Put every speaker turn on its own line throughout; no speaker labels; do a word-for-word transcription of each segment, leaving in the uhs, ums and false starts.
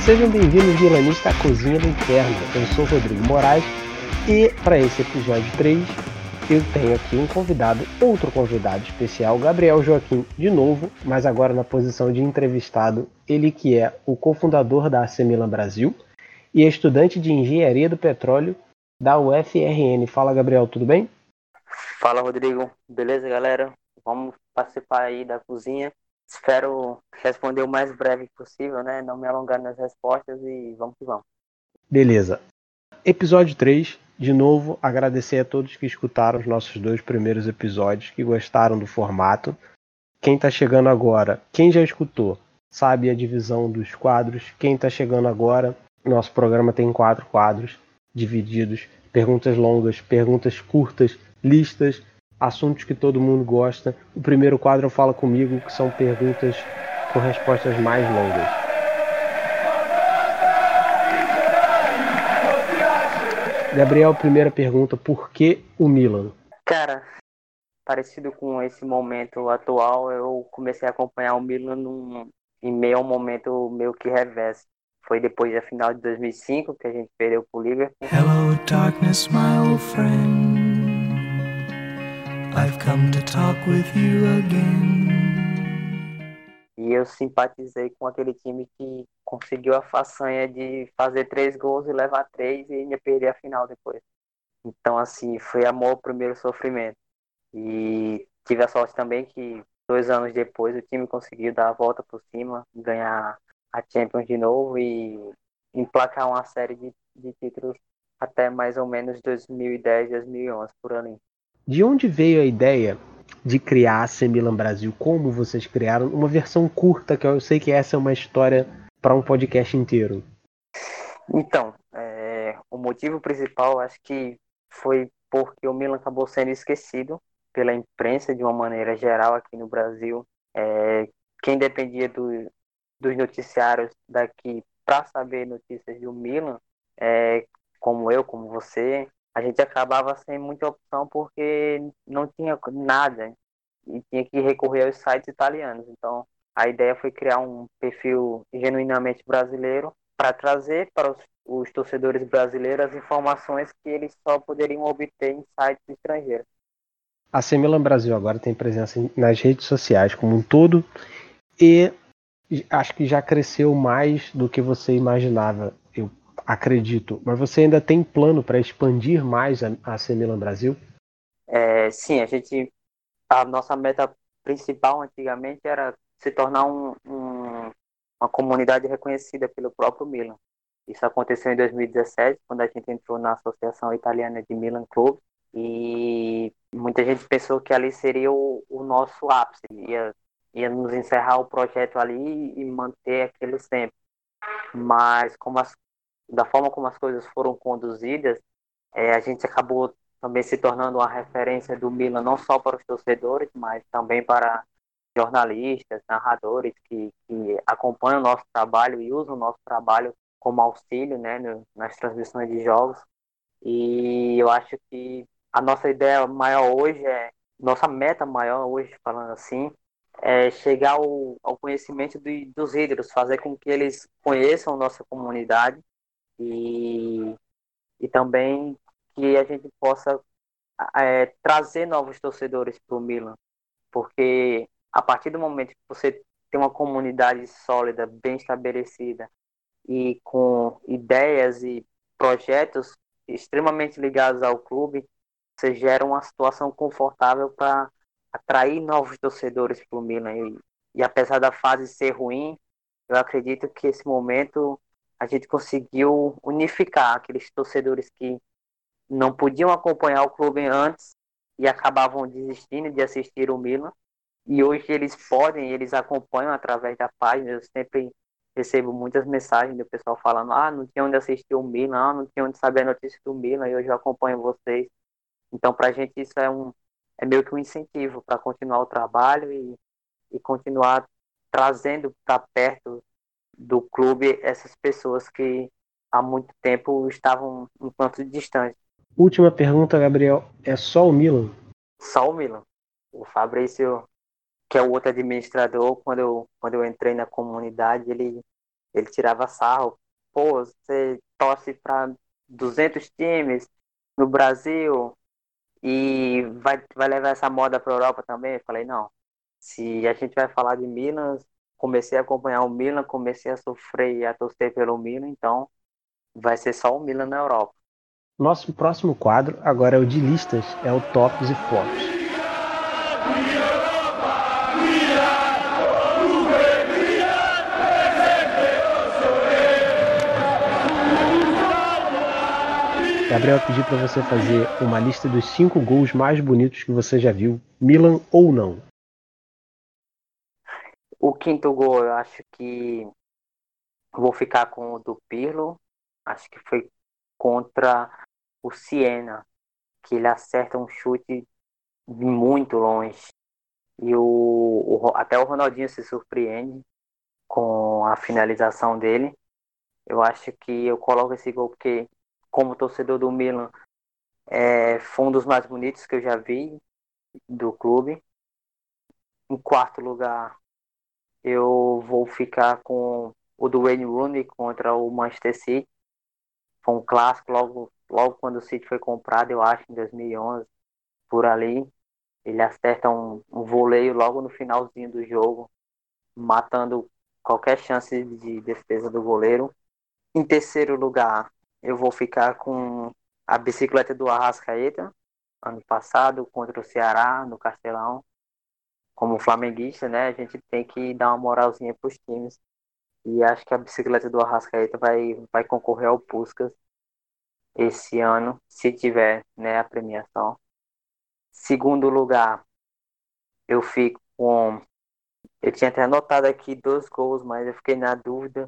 Sejam bem-vindos, milanistas, à Cozinha do Inferno. Eu sou o Rodrigo Moraes e para esse episódio três eu tenho aqui um convidado, outro convidado especial, Gabriel Joaquim, de novo, mas agora na posição de entrevistado, ele que é o cofundador da A C Milan Brasil e é estudante de Engenharia do Petróleo da U F R N. Fala, Gabriel, tudo bem?
Fala, Rodrigo. Beleza, galera? Vamos participar aí da cozinha. Espero responder o mais breve possível, né? Não me alongar nas respostas e vamos que vamos.
Beleza. Episódio três, de novo, agradecer a todos que escutaram os nossos dois primeiros episódios, que gostaram do formato. Quem está chegando agora, quem já escutou, sabe a divisão dos quadros. Quem está chegando agora, nosso programa tem quatro quadros divididos. Perguntas longas, perguntas curtas, listas, assuntos que todo mundo gosta. O primeiro quadro é o Fala Comigo, que são perguntas com respostas mais longas. Gabriel, primeira pergunta, por que o Milan?
Cara, parecido com esse momento atual, eu comecei a acompanhar o Milan num, em meio a um momento meio que reverso. Foi depois da final de dois mil e cinco que a gente perdeu pro Liverpool.
Hello darkness, my old friend. I've come to talk with you again.
E eu simpatizei com aquele time que conseguiu a façanha de fazer três gols e levar três e ainda perder a final depois. Então, assim, foi amor ao primeiro sofrimento. E tive a sorte também que dois anos depois o time conseguiu dar a volta por cima, ganhar a Champions de novo e emplacar uma série de, de títulos até mais ou menos dois mil e dez, dois mil e onze, por ali.
De onde veio a ideia de criar a A C Milan Brasil? Como vocês criaram? Uma versão curta, que eu sei que essa é uma história para um podcast inteiro.
Então, é, o motivo principal acho que foi porque o Milan acabou sendo esquecido pela imprensa de uma maneira geral aqui no Brasil. É, quem dependia do, dos noticiários daqui para saber notícias do Milan, é, como eu, como você, a gente acabava sem muita opção porque não tinha nada e tinha que recorrer aos sites italianos. Então, a ideia foi criar um perfil genuinamente brasileiro para trazer para os, os torcedores brasileiros as informações que eles só poderiam obter em sites estrangeiros.
A A C Milan Brasil agora tem presença nas redes sociais como um todo e acho que já cresceu mais do que você imaginava, eu acredito. Mas você ainda tem plano para expandir mais a A C Milan Brasil?
É, sim, a gente, a nossa meta principal antigamente era se tornar um, um, uma comunidade reconhecida pelo próprio Milan. Isso aconteceu em dois mil e dezessete, quando a gente entrou na Associação Italiana de Milan Club, e muita gente pensou que ali seria o, o nosso ápice, ia, ia nos encerrar o projeto ali e manter aquilo sempre. Mas como as, da forma como as coisas foram conduzidas, é, a gente acabou também se tornando uma referência do Milan, não só para os torcedores, mas também para jornalistas, narradores que, que acompanham o nosso trabalho e usam o nosso trabalho como auxílio, né, no, nas transmissões de jogos. E eu acho que a nossa ideia maior hoje é, nossa meta maior hoje, falando assim, é chegar ao, ao conhecimento do, dos ídolos, fazer com que eles conheçam nossa comunidade e, e também que a gente possa é, trazer novos torcedores para o Milan, porque a partir do momento que você tem uma comunidade sólida, bem estabelecida e com ideias e projetos extremamente ligados ao clube, você gera uma situação confortável para atrair novos torcedores para o Milan. E, e apesar da fase ser ruim, eu acredito que esse momento a gente conseguiu unificar aqueles torcedores que não podiam acompanhar o clube antes e acabavam desistindo de assistir o Milan. E hoje eles podem, eles acompanham através da página. Eu sempre recebo muitas mensagens do pessoal falando: ah, não tinha onde assistir o Milan, ah, não tinha onde saber a notícia do Milan, e hoje eu acompanho vocês. Então, para a gente, isso é, um, é meio que um incentivo para continuar o trabalho e, e continuar trazendo para perto do clube essas pessoas que há muito tempo estavam um tanto distantes.
Última pergunta, Gabriel. É só o Milan?
Só o Milan. O Fabrício, que é o outro administrador, quando eu, quando eu entrei na comunidade, ele, ele tirava sarro. Pô, você torce para duzentos times no Brasil e vai, vai levar essa moda para Europa também? Eu falei, não. Se a gente vai falar de Milan, comecei a acompanhar o Milan, comecei a sofrer e a torcer pelo Milan, então vai ser só o Milan na Europa.
Nosso próximo quadro agora é o de listas, é o tops e flops. Gabriel, eu pedi para você fazer uma lista dos cinco gols mais bonitos que você já viu, Milan ou não.
O quinto gol, eu acho que vou ficar com o do Pirlo. Acho que foi contra o Siena, que ele acerta um chute de muito longe. E o, o- até o Ronaldinho se surpreende com a finalização dele. Eu acho que eu coloco esse gol porque, como torcedor do Milan, é, foi um dos mais bonitos que eu já vi do clube. Em quarto lugar, eu vou ficar com o do Wayne Rooney contra o Manchester City. Foi um clássico logo, logo quando o City foi comprado, eu acho, em dois mil e onze, por ali. Ele acerta um, um voleio logo no finalzinho do jogo, matando qualquer chance de defesa do goleiro. Em terceiro lugar, eu vou ficar com a bicicleta do Arrascaeta, ano passado, contra o Ceará, no Castelão. Como flamenguista, né, a gente tem que dar uma moralzinha para os times. E acho que a bicicleta do Arrascaeta vai, vai concorrer ao Puskás esse ano, se tiver, né, a premiação. Segundo lugar, eu fico com. Eu tinha até anotado aqui dois gols, mas eu fiquei na dúvida.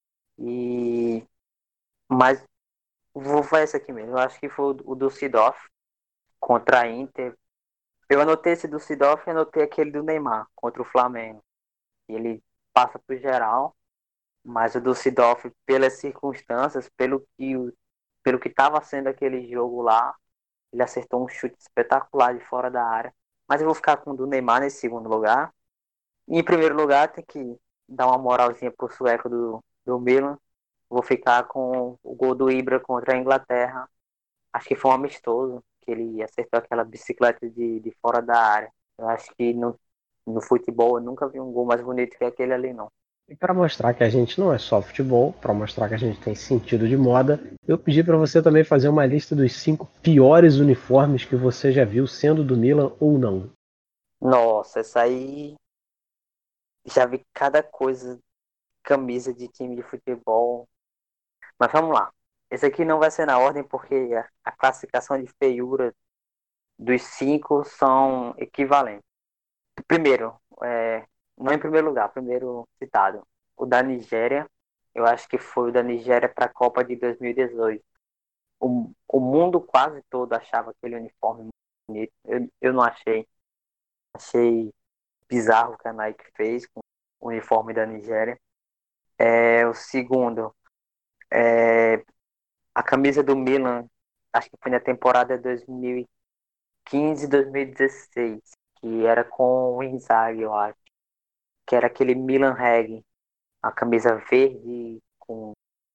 E. Mas vou fazer esse aqui mesmo. Eu acho que foi o do Seedorf contra a Inter. Eu anotei esse do Seedorf e anotei aquele do Neymar contra o Flamengo. Ele passa pro geral, mas o do Seedorf, pelas circunstâncias, pelo que o pelo que estava sendo aquele jogo lá, ele acertou um chute espetacular de fora da área. Mas eu vou ficar com o do Neymar nesse segundo lugar. E em primeiro lugar, tem que dar uma moralzinha pro sueco do, do Milan. Vou ficar com o gol do Ibra contra a Inglaterra. Acho que foi um amistoso, que ele acertou aquela bicicleta de, de fora da área. Eu acho que no, no futebol eu nunca vi um gol mais bonito que aquele ali, não.
E para mostrar que a gente não é só futebol, para mostrar que a gente tem sentido de moda, eu pedi para você também fazer uma lista dos cinco piores uniformes que você já viu, sendo do Milan ou não.
Nossa, essa aí já vi cada coisa, camisa de time de futebol. Mas vamos lá. Esse aqui não vai ser na ordem porque a, a classificação de feiura dos cinco são equivalentes. Primeiro, é, não em primeiro lugar, primeiro citado, o da Nigéria. Eu acho que foi o da Nigéria para a Copa de dois mil e dezoito. O, o mundo quase todo achava aquele uniforme muito bonito. Eu, eu não achei. Achei bizarro o que a Nike fez com o uniforme da Nigéria. É, o segundo, é, a camisa do Milan, acho que foi na temporada dois mil e quinze, dois mil e dezesseis, que era com o Inzaghi, eu acho, que era aquele Milan Reg, a camisa verde com,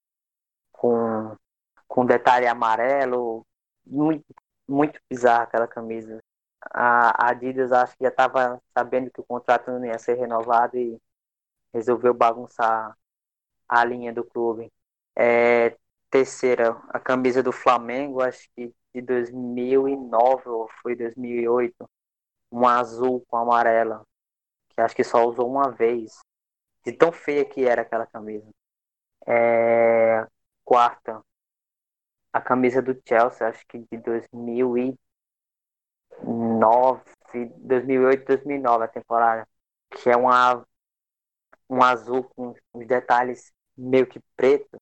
com, com detalhe amarelo, muito, muito bizarra aquela camisa. A Adidas acho que já estava sabendo que o contrato não ia ser renovado e resolveu bagunçar a linha do clube. É, terceira, a camisa do Flamengo, acho que de dois mil e nove ou foi dois mil e oito, um azul com amarela, que acho que só usou uma vez, de tão feia que era aquela camisa. É, quarta, a camisa do Chelsea, acho que de dois mil e nove, dois mil e oito, dois mil e nove a temporada, que é uma, um azul com os detalhes meio que preto.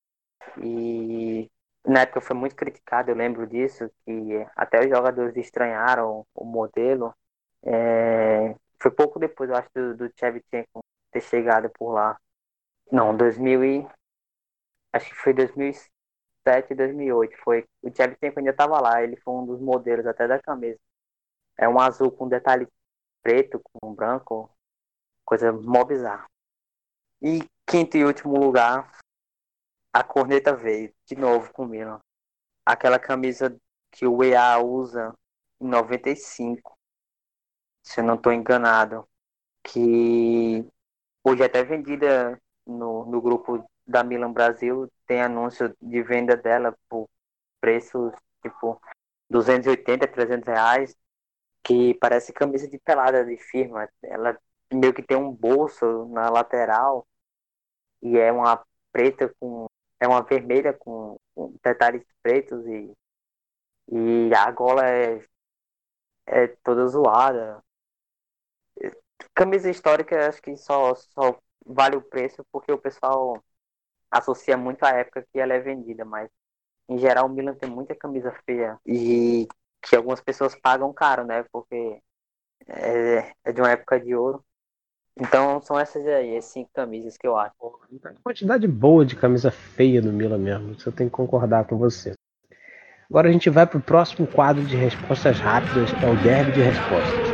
E na época foi muito criticado, eu lembro disso, que até os jogadores estranharam o modelo. É, foi pouco depois, eu acho, do, do Shevchenko ter chegado por lá. Não, dois mil e, acho que foi dois mil e sete, dois mil e oito. Foi, o Shevchenko ainda estava lá, ele foi um dos modelos até da camisa. É um azul com detalhe preto, com branco, coisa mó bizarra. E Quinto e último lugar, a corneta veio de novo com o Milan. Aquela camisa que o E A usa em noventa e cinco, se eu não estou enganado, que hoje é até vendida no, no grupo da Milan Brasil, tem anúncio de venda dela por preços tipo duzentos e oitenta, trezentos reais, que parece camisa de pelada de firma. Ela meio que tem um bolso na lateral e é uma preta com é uma vermelha com, com detalhes pretos e, e a gola é, é toda zoada. Camisa histórica acho que só, só vale o preço porque o pessoal associa muito à época que ela é vendida, mas em geral o Milan tem muita camisa feia e que algumas pessoas pagam caro, né? Porque é, é de uma época de ouro. Então são essas aí, as cinco camisas que eu acho.
Uma quantidade boa de camisa feia no Milan mesmo, isso eu tenho que concordar com você. Agora a gente vai pro próximo quadro de respostas rápidas, é o derby de respostas.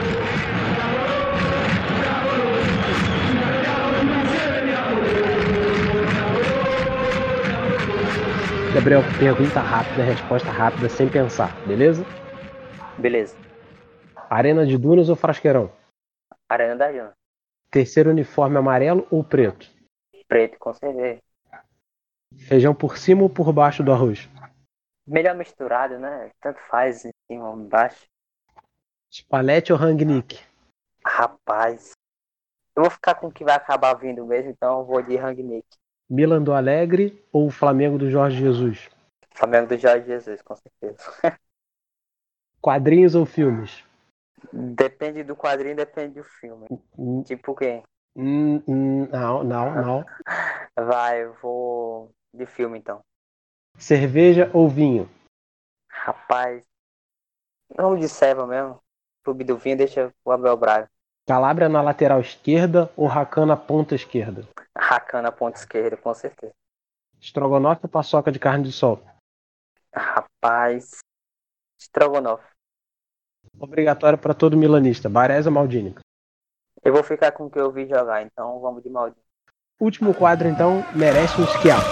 Gabriel, pergunta rápida, resposta rápida, sem pensar, beleza?
Beleza.
Arena de Dunas ou Frasqueirão?
Arena da Jana.
Terceiro uniforme amarelo ou preto?
Preto, com certeza.
Feijão por cima ou por baixo do arroz?
Melhor misturado, né? Tanto faz em cima ou embaixo.
Spalletti ou Rangnick?
Rapaz, eu vou ficar com o que vai acabar vindo mesmo, então eu vou de Rangnick.
Milan do Alegre ou Flamengo do Jorge Jesus?
Flamengo do Jorge Jesus, com certeza.
Quadrinhos ou filmes?
Depende do quadrinho, depende do filme.
Hum,
Tipo quem?
hum, hum, não, não, não.
Vai, eu vou de filme então.
Cerveja ou vinho?
Rapaz, vamos de Seva mesmo. Clube do Vinho deixa o Abel Braga.
Calabria na lateral esquerda ou Rakan na ponta esquerda?
Rakan na ponta esquerda, com certeza.
Estrogonofe ou paçoca de carne de sol?
Rapaz, Strogonoff.
Obrigatório para todo milanista. Baresi ou Maldini?
Eu vou ficar com o que eu vi jogar, então vamos de Maldini.
Último quadro, então, merece um esquiar.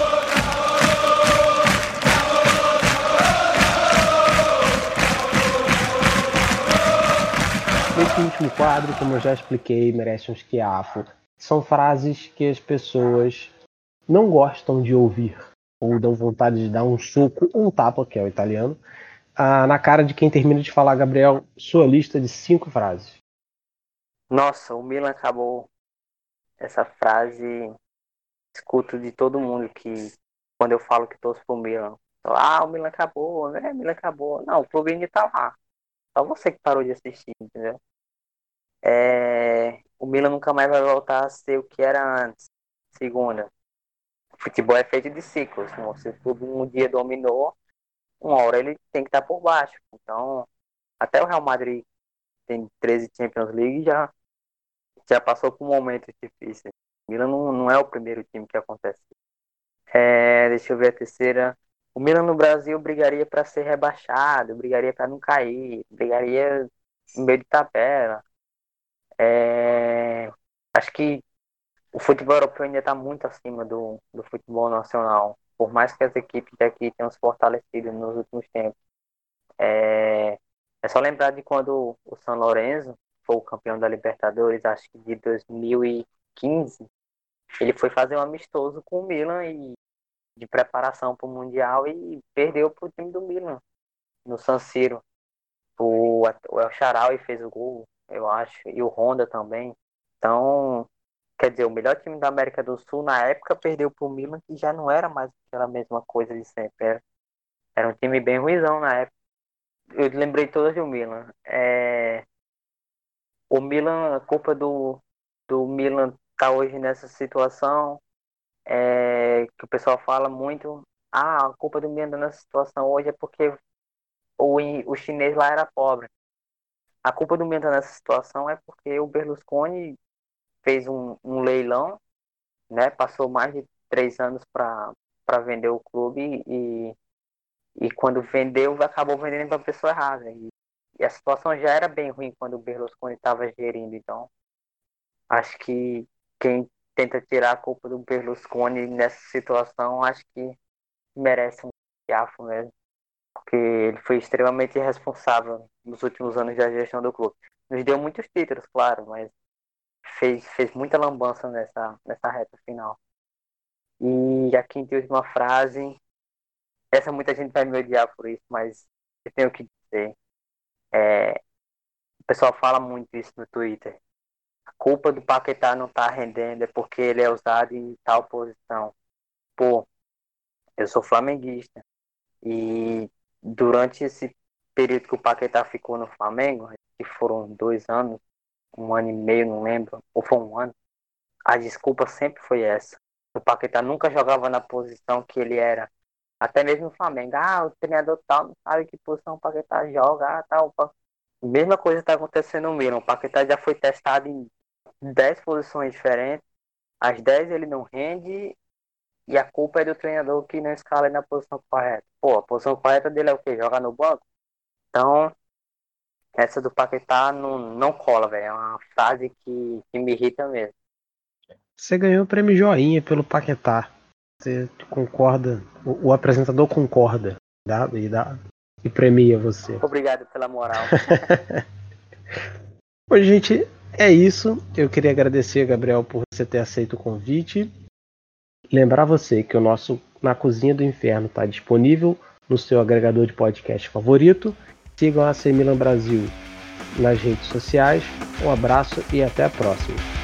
Esse último quadro, como eu já expliquei, merece um esquiafo. São frases que as pessoas não gostam de ouvir, ou dão vontade de dar um soco ou um tapa, que é o italiano, ah, na cara de quem termina de falar. Gabriel, sua lista de cinco frases.
Nossa, o Milan acabou. Essa frase escuto de todo mundo que quando eu falo que torço pro Milan. Ah, o Milan acabou, né? O Milan acabou. Não, o clube ainda tá lá. Só você que parou de assistir, entendeu? É... O Milan nunca mais vai voltar a ser o que era antes. Segunda, o futebol é feito de ciclos. Se o clube um dia dominou, uma hora ele tem que estar por baixo. Então, até o Real Madrid tem treze Champions League e já, já passou por momentos difíceis. O Milan não, não é o primeiro time que acontece. É, deixa eu ver a terceira. O Milan no Brasil brigaria para ser rebaixado, brigaria para não cair, brigaria no meio de tabela. É, acho que o futebol europeu ainda está muito acima do, do futebol nacional, por mais que as equipes daqui tenham se fortalecido nos últimos tempos. É, é só lembrar de quando o São Lourenço foi o campeão da Libertadores, acho que de dois mil e quinze, ele foi fazer um amistoso com o Milan e de preparação para o Mundial e perdeu para o time do Milan no San Siro. O, o El Shaarawy fez o gol, eu acho, e o Honda também. Então, quer dizer, o melhor time da América do Sul na época perdeu para o Milan, que já não era mais aquela mesma coisa de sempre. Era, era um time bem ruizão na época. Eu lembrei todas do Milan. É, o Milan, a culpa do, do Milan tá hoje nessa situação. É, que o pessoal fala muito, ah, a culpa do Milan nessa situação hoje é porque o, o chinês lá era pobre. A culpa do Milan nessa situação é porque o Berlusconi fez um, um leilão, né? Passou mais de três anos para para vender o clube e, e quando vendeu, acabou vendendo para a pessoa errada. E, e a situação já era bem ruim quando o Berlusconi estava gerindo. Então, acho que quem tenta tirar a culpa do Berlusconi nessa situação, acho que merece um fiafo mesmo. Porque ele foi extremamente irresponsável nos últimos anos da gestão do clube. Nos deu muitos títulos, claro, mas fez, fez muita lambança nessa, nessa reta final. E a quinta e última frase, essa muita gente vai me odiar por isso, mas eu tenho que dizer. É, o pessoal fala muito isso no Twitter. A culpa do Paquetá não tá rendendo é porque ele é usado em tal posição. Pô, eu sou flamenguista. E durante esse período que o Paquetá ficou no Flamengo, que foram dois anos, um ano e meio, não lembro, ou foi um ano, a desculpa sempre foi essa. O Paquetá nunca jogava na posição que ele era. Até mesmo no Flamengo. Ah, o treinador tal não sabe que posição o Paquetá joga. Ah, tal. Mesma coisa está acontecendo no Milan. O Paquetá já foi testado em dez posições diferentes. As dez ele não rende. E a culpa é do treinador que não escala ele na posição correta. Pô, a posição correta dele é o quê? Jogar no banco? Então, essa do Paquetá não, não cola, velho. É uma frase que, que me irrita mesmo.
Você ganhou o prêmio Joinha pelo Paquetá. Você concorda? O, o apresentador concorda dá, e, dá, e premia você.
Obrigado pela moral.
Bom, gente, é isso. Eu queria agradecer, Gabriel, por você ter aceito o convite. Lembrar você que o nosso Na Cozinha do Inferno está disponível no seu agregador de podcast favorito. Sigam a A C Milan Brasil nas redes sociais. Um abraço e até a próxima.